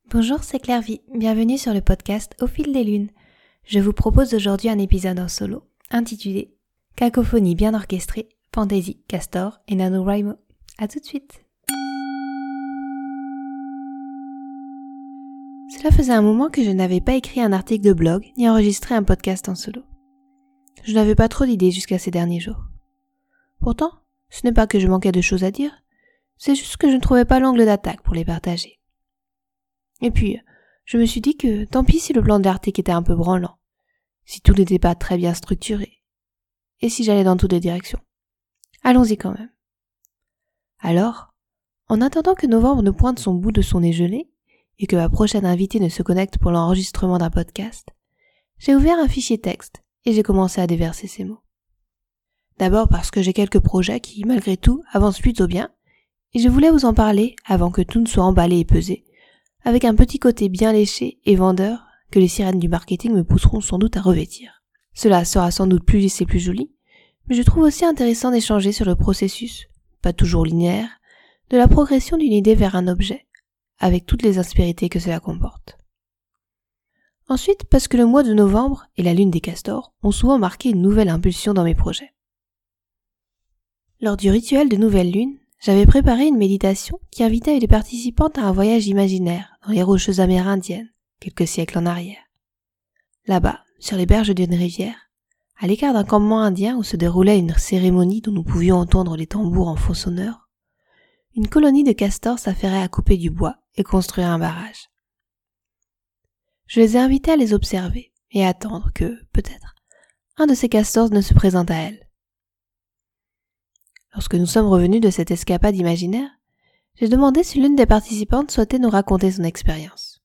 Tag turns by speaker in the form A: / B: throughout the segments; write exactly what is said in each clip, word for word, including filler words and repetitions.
A: Bonjour, c'est Claire Vie. Bienvenue sur le podcast Au fil des lunes. Je vous propose aujourd'hui un épisode en solo intitulé Cacophonie bien orchestrée, Fantaisie, Castor et NaNoWriMo. À tout de suite. Cela faisait un moment que je n'avais pas écrit un article de blog ni enregistré un podcast en solo. Je n'avais pas trop d'idées jusqu'à ces derniers jours. Pourtant, ce n'est pas que je manquais de choses à dire, c'est juste que je ne trouvais pas l'angle d'attaque pour les partager. Et puis, je me suis dit que tant pis si le plan de l'article était un peu branlant, si tout n'était pas très bien structuré, et si j'allais dans toutes les directions. Allons-y quand même. Alors, en attendant que novembre ne pointe son bout de son nez gelé, et que ma prochaine invitée ne se connecte pour l'enregistrement d'un podcast, j'ai ouvert un fichier texte et j'ai commencé à déverser ces mots. D'abord parce que j'ai quelques projets qui, malgré tout, avancent plutôt bien, et je voulais vous en parler avant que tout ne soit emballé et pesé, avec un petit côté bien léché et vendeur que les sirènes du marketing me pousseront sans doute à revêtir. Cela sera sans doute plus lisse et plus joli, mais je trouve aussi intéressant d'échanger sur le processus, pas toujours linéaire, de la progression d'une idée vers un objet, avec toutes les aspérités que cela comporte. Ensuite, parce que le mois de novembre et la lune des castors ont souvent marqué une nouvelle impulsion dans mes projets. Lors du rituel de nouvelle lune, j'avais préparé une méditation qui invitait les participantes à un voyage imaginaire dans les rocheuses amérindiennes, quelques siècles en arrière. Là-bas, sur les berges d'une rivière, à l'écart d'un campement indien où se déroulait une cérémonie dont nous pouvions entendre les tambours en faux sonneurs, une colonie de castors s'affairait à couper du bois et construire un barrage. Je les ai invités à les observer et à attendre que, peut-être, un de ces castors ne se présente à elles. Lorsque nous sommes revenus de cette escapade imaginaire, j'ai demandé si l'une des participantes souhaitait nous raconter son expérience.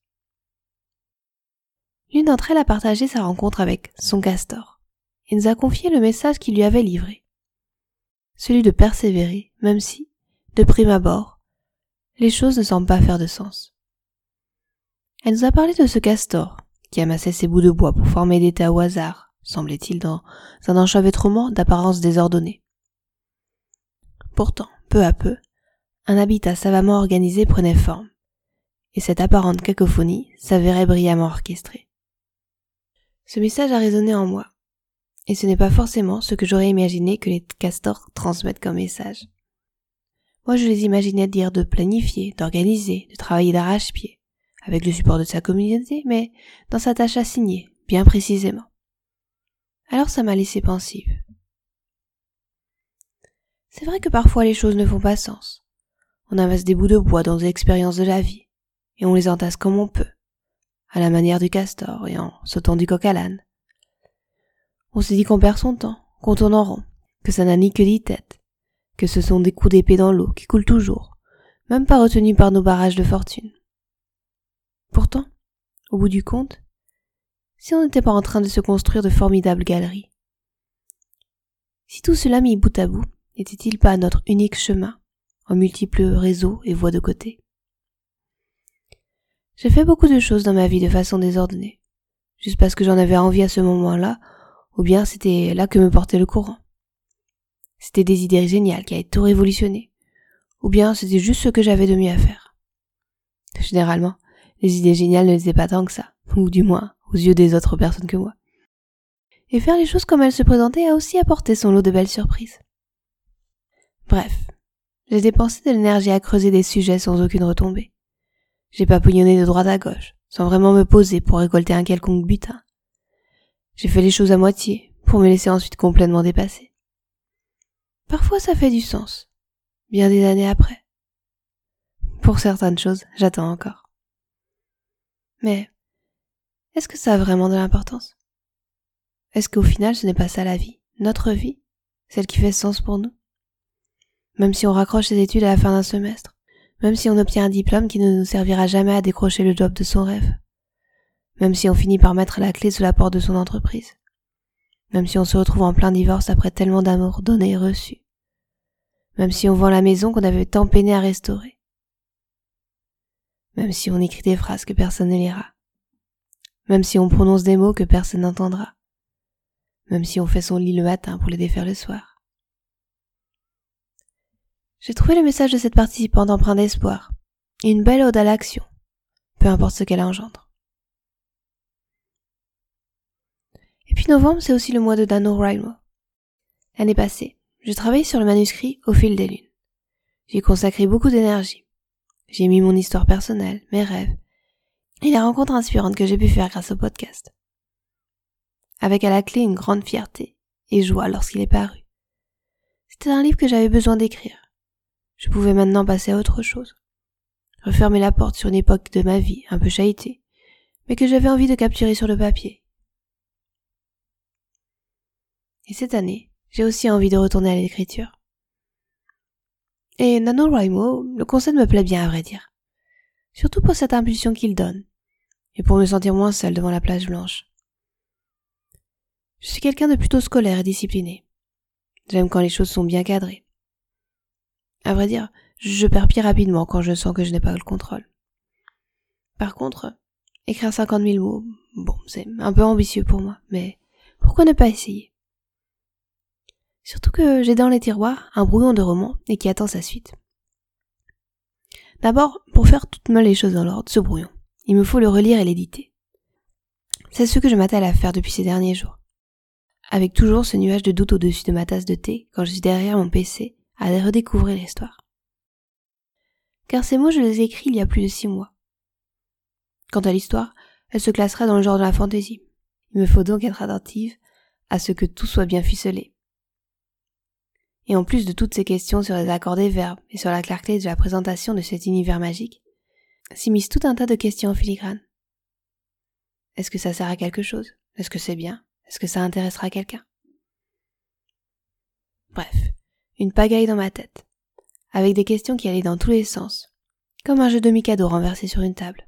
A: L'une d'entre elles a partagé sa rencontre avec son castor et nous a confié le message qu'il lui avait livré. Celui de persévérer, même si, de prime abord, les choses ne semblent pas faire de sens. Elle nous a parlé de ce castor qui amassait ses bouts de bois pour former des tas au hasard, semblait-il dans un enchevêtrement d'apparence désordonnée. Pourtant, peu à peu, un habitat savamment organisé prenait forme, et cette apparente cacophonie s'avérait brillamment orchestrée. Ce message a résonné en moi, et ce n'est pas forcément ce que j'aurais imaginé que les castors transmettent comme message. Moi je les imaginais dire de planifier, d'organiser, de travailler d'arrache-pied, avec le support de sa communauté, mais dans sa tâche assignée, bien précisément. Alors ça m'a laissé pensive. C'est vrai que parfois les choses ne font pas sens. On amasse des bouts de bois dans des expériences de la vie, et on les entasse comme on peut, à la manière du castor et en sautant du coq à l'âne. On se dit qu'on perd son temps, qu'on tourne en rond, que ça n'a ni queue ni tête, que ce sont des coups d'épée dans l'eau qui coulent toujours, même pas retenus par nos barrages de fortune. Pourtant, au bout du compte, si on n'était pas en train de se construire de formidables galeries, si tout cela mis bout à bout, n'était-il pas notre unique chemin, en multiples réseaux et voies de côté? J'ai fait beaucoup de choses dans ma vie de façon désordonnée, juste parce que j'en avais envie à ce moment-là, ou bien c'était là que me portait le courant. C'était des idées géniales qui avaient tout révolutionné, ou bien c'était juste ce que j'avais de mieux à faire. Généralement, les idées géniales ne l'étaient pas tant que ça, ou du moins aux yeux des autres personnes que moi. Et faire les choses comme elles se présentaient a aussi apporté son lot de belles surprises. Bref, j'ai dépensé de l'énergie à creuser des sujets sans aucune retombée. J'ai papouillonné de droite à gauche, sans vraiment me poser pour récolter un quelconque butin. J'ai fait les choses à moitié, pour me laisser ensuite complètement dépasser. Parfois ça fait du sens, bien des années après. Pour certaines choses, j'attends encore. Mais, est-ce que ça a vraiment de l'importance? Est-ce qu'au final ce n'est pas ça la vie, notre vie, celle qui fait sens pour nous? Même si on raccroche ses études à la fin d'un semestre, même si on obtient un diplôme qui ne nous servira jamais à décrocher le job de son rêve, même si on finit par mettre la clé sous la porte de son entreprise, même si on se retrouve en plein divorce après tellement d'amour donné et reçu, même si on vend la maison qu'on avait tant peiné à restaurer, même si on écrit des phrases que personne ne lira, même si on prononce des mots que personne n'entendra, même si on fait son lit le matin pour les défaire le soir. J'ai trouvé le message de cette participante empreint d'espoir et une belle ode à l'action, peu importe ce qu'elle engendre. Et puis novembre, c'est aussi le mois de NaNoWriMo. L'année passée, je travaillais sur le manuscrit Au fil des lunes. J'y ai consacré beaucoup d'énergie. J'ai mis mon histoire personnelle, mes rêves, et les rencontres inspirantes que j'ai pu faire grâce au podcast. Avec à la clé une grande fierté et joie lorsqu'il est paru. C'était un livre que j'avais besoin d'écrire. Je pouvais maintenant passer à autre chose. Refermer la porte sur une époque de ma vie un peu chahutée, mais que j'avais envie de capturer sur le papier. Et cette année, j'ai aussi envie de retourner à l'écriture. Et NaNoWriMo, le concept me plaît bien à vrai dire. Surtout pour cette impulsion qu'il donne, et pour me sentir moins seule devant la plage blanche. Je suis quelqu'un de plutôt scolaire et discipliné. J'aime quand les choses sont bien cadrées. À vrai dire, je perds pied rapidement quand je sens que je n'ai pas le contrôle. Par contre, écrire cinquante mille mots, bon, c'est un peu ambitieux pour moi, mais pourquoi ne pas essayer? Surtout que j'ai dans les tiroirs un brouillon de roman et qui attend sa suite. D'abord, pour faire toutes les choses dans l'ordre, ce brouillon, il me faut le relire et l'éditer. C'est ce que je m'attelle à faire depuis ces derniers jours. Avec toujours ce nuage de doute au-dessus de ma tasse de thé quand je suis derrière mon P C à redécouvrir l'histoire. Car ces mots, je les ai écrits il y a plus de six mois. Quant à l'histoire, elle se classera dans le genre de la fantaisie. Il me faut donc être attentive à ce que tout soit bien ficelé. Et en plus de toutes ces questions sur les accords des verbes et sur la clarté de la présentation de cet univers magique, s'y mise tout un tas de questions en filigrane. Est-ce que ça sert à quelque chose? Est-ce que c'est bien? Est-ce que ça intéressera quelqu'un? Bref, une pagaille dans ma tête, avec des questions qui allaient dans tous les sens, comme un jeu de Mikado renversé sur une table.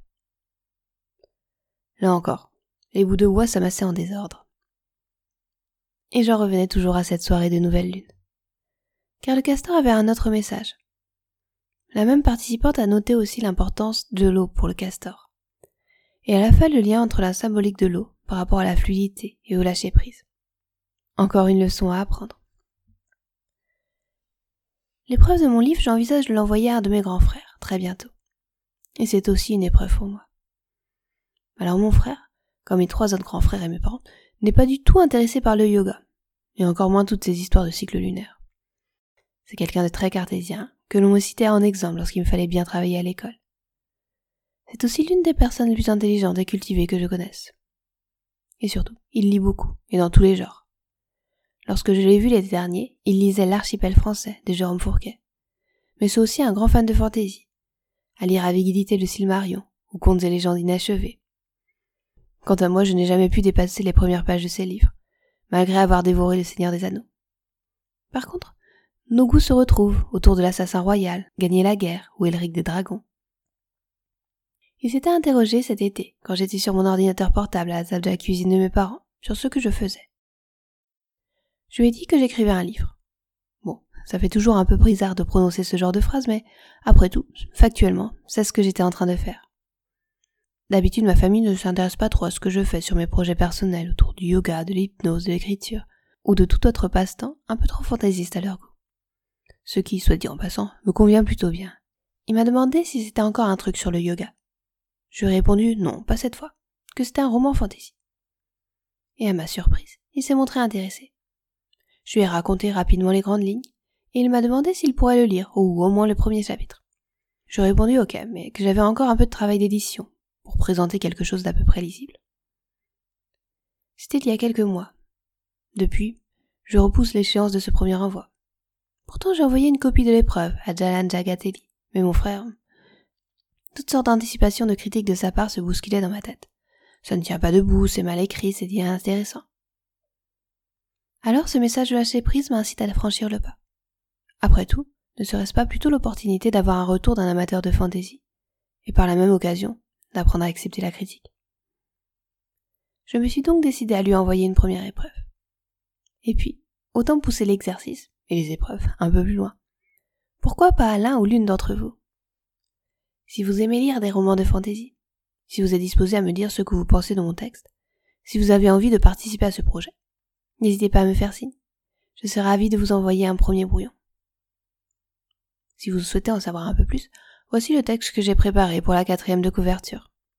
A: Là encore, les bouts de bois s'amassaient en désordre. Et j'en revenais toujours à cette soirée de nouvelle lune. Car le castor avait un autre message. La même participante a noté aussi l'importance de l'eau pour le castor. Et elle a fait le lien entre la symbolique de l'eau par rapport à la fluidité et au lâcher-prise. Encore une leçon à apprendre. L'épreuve de mon livre, j'envisage de l'envoyer à un de mes grands frères, très bientôt. Et c'est aussi une épreuve pour moi. Alors mon frère, comme mes trois autres grands frères et mes parents, n'est pas du tout intéressé par le yoga, et encore moins toutes ces histoires de cycle lunaire. C'est quelqu'un de très cartésien, que l'on me citait en exemple lorsqu'il me fallait bien travailler à l'école. C'est aussi l'une des personnes les plus intelligentes et cultivées que je connaisse. Et surtout, il lit beaucoup, et dans tous les genres. Lorsque je l'ai vu l'été dernier, il lisait L'Archipel français de Jérôme Fourquet. Mais c'est aussi un grand fan de fantaisie, à lire avidité le Silmarillion, ou Contes et légendes inachevés. Quant à moi, je n'ai jamais pu dépasser les premières pages de ses livres, malgré avoir dévoré Le Seigneur des Anneaux. Par contre, nos goûts se retrouvent autour de l'Assassin Royal, Gagner la guerre ou Elric des Dragons. Il s'était interrogé cet été, quand j'étais sur mon ordinateur portable à la table de la cuisine de mes parents, sur ce que je faisais. Je lui ai dit que j'écrivais un livre. Bon, ça fait toujours un peu bizarre de prononcer ce genre de phrase, mais après tout, factuellement, c'est ce que j'étais en train de faire. D'habitude, ma famille ne s'intéresse pas trop à ce que je fais sur mes projets personnels autour du yoga, de l'hypnose, de l'écriture, ou de tout autre passe-temps un peu trop fantaisiste à leur goût. Ce qui, soit dit en passant, me convient plutôt bien. Il m'a demandé si c'était encore un truc sur le yoga. Je lui ai répondu non, pas cette fois, que c'était un roman fantasy. Et à ma surprise, il s'est montré intéressé. Je lui ai raconté rapidement les grandes lignes, et il m'a demandé s'il pourrait le lire, ou au moins le premier chapitre. Je lui ai répondu ok, mais que j'avais encore un peu de travail d'édition, pour présenter quelque chose d'à peu près lisible. C'était il y a quelques mois. Depuis, je repousse l'échéance de ce premier envoi. Pourtant, j'ai envoyé une copie de l'épreuve à Jalan Jagatelli, mais mon frère... Toutes sortes d'anticipations de critiques de sa part se bousculaient dans ma tête. Ça ne tient pas debout, c'est mal écrit, c'est inintéressant. Alors ce message de lâcher prise m'incite à franchir le pas. Après tout, ne serait-ce pas plutôt l'opportunité d'avoir un retour d'un amateur de fantaisie, et par la même occasion, d'apprendre à accepter la critique. Je me suis donc décidé à lui envoyer une première épreuve. Et puis, autant pousser l'exercice, et les épreuves, un peu plus loin. Pourquoi pas à l'un ou l'une d'entre vous? Si vous aimez lire des romans de fantaisie, si vous êtes disposé à me dire ce que vous pensez de mon texte, si vous avez envie de participer à ce projet, n'hésitez pas à me faire signe. Je serai ravie de vous envoyer un premier brouillon. Si vous souhaitez en savoir un peu plus, voici le texte que j'ai préparé pour la quatrième de couverture.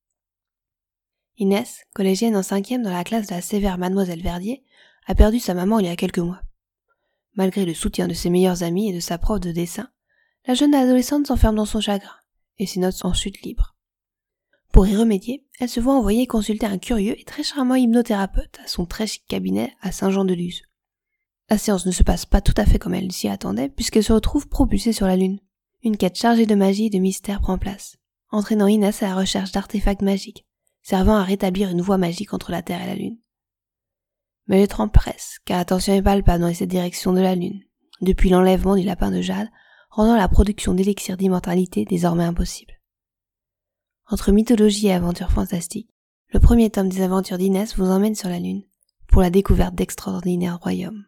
A: Inès, collégienne en cinquième dans la classe de la sévère mademoiselle Verdier, a perdu sa maman il y a quelques mois. Malgré le soutien de ses meilleurs amis et de sa prof de dessin, la jeune adolescente s'enferme dans son chagrin, et ses notes sont en chute libre. Pour y remédier, elle se voit envoyer consulter un curieux et très charmant hypnothérapeute à son très chic cabinet à Saint-Jean-de-Luz. La séance ne se passe pas tout à fait comme elle s'y attendait, puisqu'elle se retrouve propulsée sur la Lune. Une quête chargée de magie et de mystère prend place, entraînant Inès à la recherche d'artefacts magiques, servant à rétablir une voie magique entre la Terre et la Lune. Mais le temps presse, car attention est palpable dans cette direction de la Lune, depuis l'enlèvement du lapin de jade, rendant la production d'élixirs d'immortalité désormais impossible. Entre mythologie et aventures fantastiques, le premier tome des aventures d'Inès vous emmène sur la Lune, pour la découverte d'extraordinaires royaumes.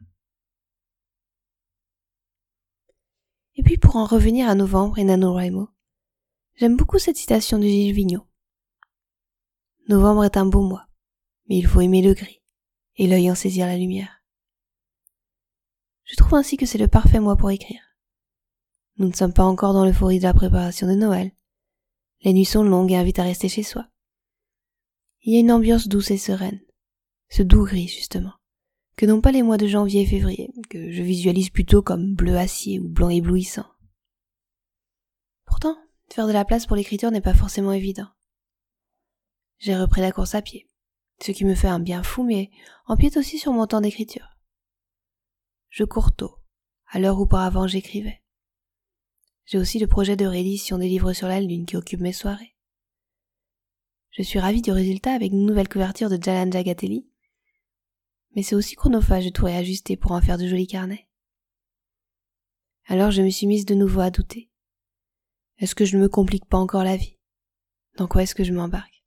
A: Et puis pour en revenir à Novembre et NaNoWriMo, j'aime beaucoup cette citation de Gilles Vigneault. Novembre est un beau mois, mais il faut aimer le gris, et l'œil en saisir la lumière. Je trouve ainsi que c'est le parfait mois pour écrire. Nous ne sommes pas encore dans l'euphorie de la préparation de Noël. Les nuits sont longues et invitent à rester chez soi. Il y a une ambiance douce et sereine, ce doux gris justement, que n'ont pas les mois de janvier et février, que je visualise plutôt comme bleu acier ou blanc éblouissant. Pourtant, faire de la place pour l'écriture n'est pas forcément évident. J'ai repris la course à pied, ce qui me fait un bien fou mais empiète aussi sur mon temps d'écriture. Je cours tôt, à l'heure où auparavant j'écrivais. J'ai aussi le projet de réédition des livres sur la Lune qui occupe mes soirées. Je suis ravie du résultat avec une nouvelle couverture de Jalan Jagatelli, mais c'est aussi chronophage de tout réajuster pour en faire de jolis carnets. Alors je me suis mise de nouveau à douter. Est-ce que je ne me complique pas encore la vie? Dans quoi est-ce que je m'embarque?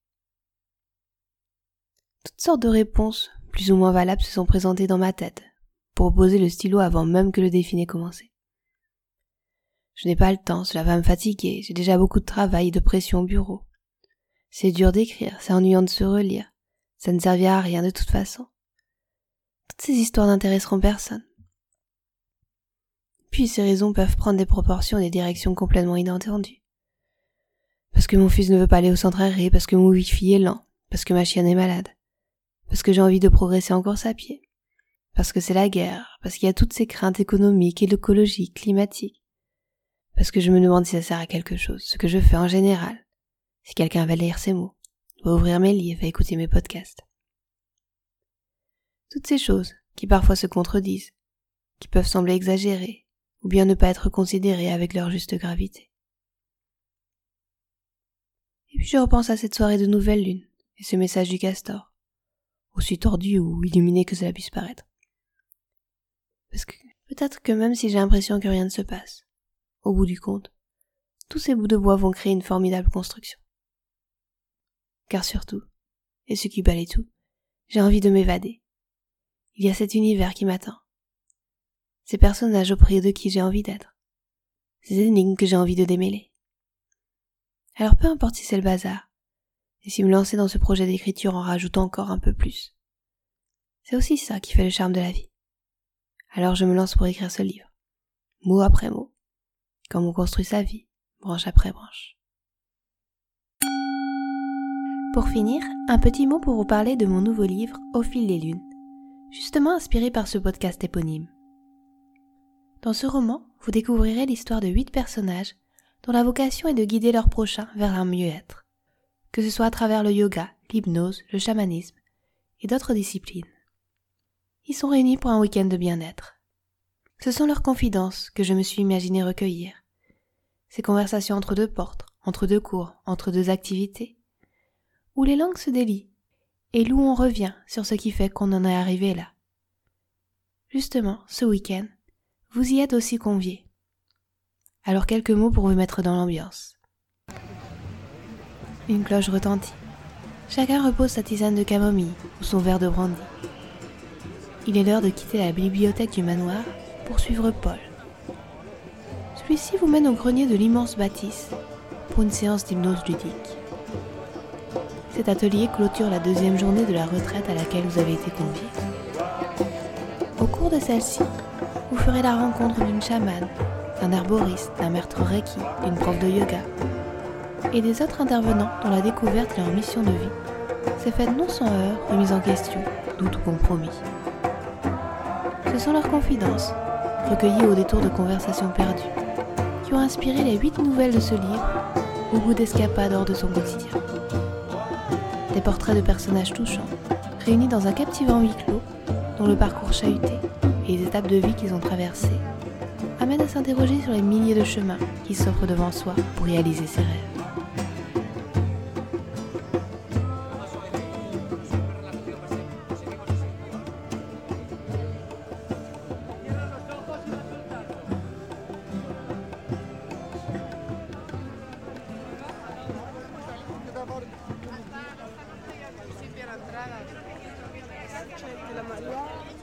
A: Toutes sortes de réponses, plus ou moins valables, se sont présentées dans ma tête, pour poser le stylo avant même que le défi n'ait commencé. Je n'ai pas le temps, cela va me fatiguer, j'ai déjà beaucoup de travail et de pression au bureau. C'est dur d'écrire, c'est ennuyant de se relire, ça ne servira à rien de toute façon. Toutes ces histoires n'intéresseront personne. Puis ces raisons peuvent prendre des proportions et des directions complètement inattendues. Parce que mon fils ne veut pas aller au centre aéré, parce que mon wifi est lent, parce que ma chienne est malade, parce que j'ai envie de progresser en course à pied, parce que c'est la guerre, parce qu'il y a toutes ces craintes économiques, écologiques, climatiques. Parce que je me demande si ça sert à quelque chose, ce que je fais en général. Si quelqu'un va lire ces mots, va ouvrir mes livres, va écouter mes podcasts. Toutes ces choses qui parfois se contredisent, qui peuvent sembler exagérées, ou bien ne pas être considérées avec leur juste gravité. Et puis je repense à cette soirée de nouvelle lune, et ce message du castor, aussi tordu ou illuminé que cela puisse paraître. Parce que peut-être que même si j'ai l'impression que rien ne se passe, au bout du compte, tous ces bouts de bois vont créer une formidable construction. Car surtout, et ce qui balaye tout, j'ai envie de m'évader. Il y a cet univers qui m'attend. Ces personnages auprès de qui j'ai envie d'être. Ces énigmes que j'ai envie de démêler. Alors peu importe si c'est le bazar, et si me lancer dans ce projet d'écriture en rajoute encore un peu plus. C'est aussi ça qui fait le charme de la vie. Alors je me lance pour écrire ce livre, mot après mot. Comme on construit sa vie, branche après branche. Pour finir, un petit mot pour vous parler de mon nouveau livre Au fil des lunes, justement inspiré par ce podcast éponyme. Dans ce roman, vous découvrirez l'histoire de huit personnages dont la vocation est de guider leurs prochains vers un mieux-être, que ce soit à travers le yoga, l'hypnose, le chamanisme et d'autres disciplines. Ils sont réunis pour un week-end de bien-être. Ce sont leurs confidences que je me suis imaginé recueillir. Ces conversations entre deux portes, entre deux cours, entre deux activités, où les langues se délient et où on revient sur ce qui fait qu'on en est arrivé là. Justement, ce week-end, vous y êtes aussi conviés. Alors quelques mots pour vous mettre dans l'ambiance. Une cloche retentit. Chacun repose sa tisane de camomille ou son verre de brandy. Il est l'heure de quitter la bibliothèque du manoir pour suivre Paul. Celui-ci vous mène au grenier de l'immense bâtisse pour une séance d'hypnose ludique. Cet atelier clôture la deuxième journée de la retraite à laquelle vous avez été conviés. Au cours de celle-ci, vous ferez la rencontre d'une chamane, d'un herboriste, d'un maître reiki, d'une prof de yoga et des autres intervenants dont la découverte est leur mission de vie s'est faite non sans heurts, remise en question, doute ou compromis. Ce sont leurs confidences, recueillies au détour de conversations perdues, qui ont inspiré les huit nouvelles de ce livre, au goût d'escapade hors de son quotidien. Des portraits de personnages touchants, réunis dans un captivant huis clos, dont le parcours chahuté et les étapes de vie qu'ils ont traversées, amènent à s'interroger sur les milliers de chemins qui s'offrent devant soi pour réaliser ses rêves.
B: La María.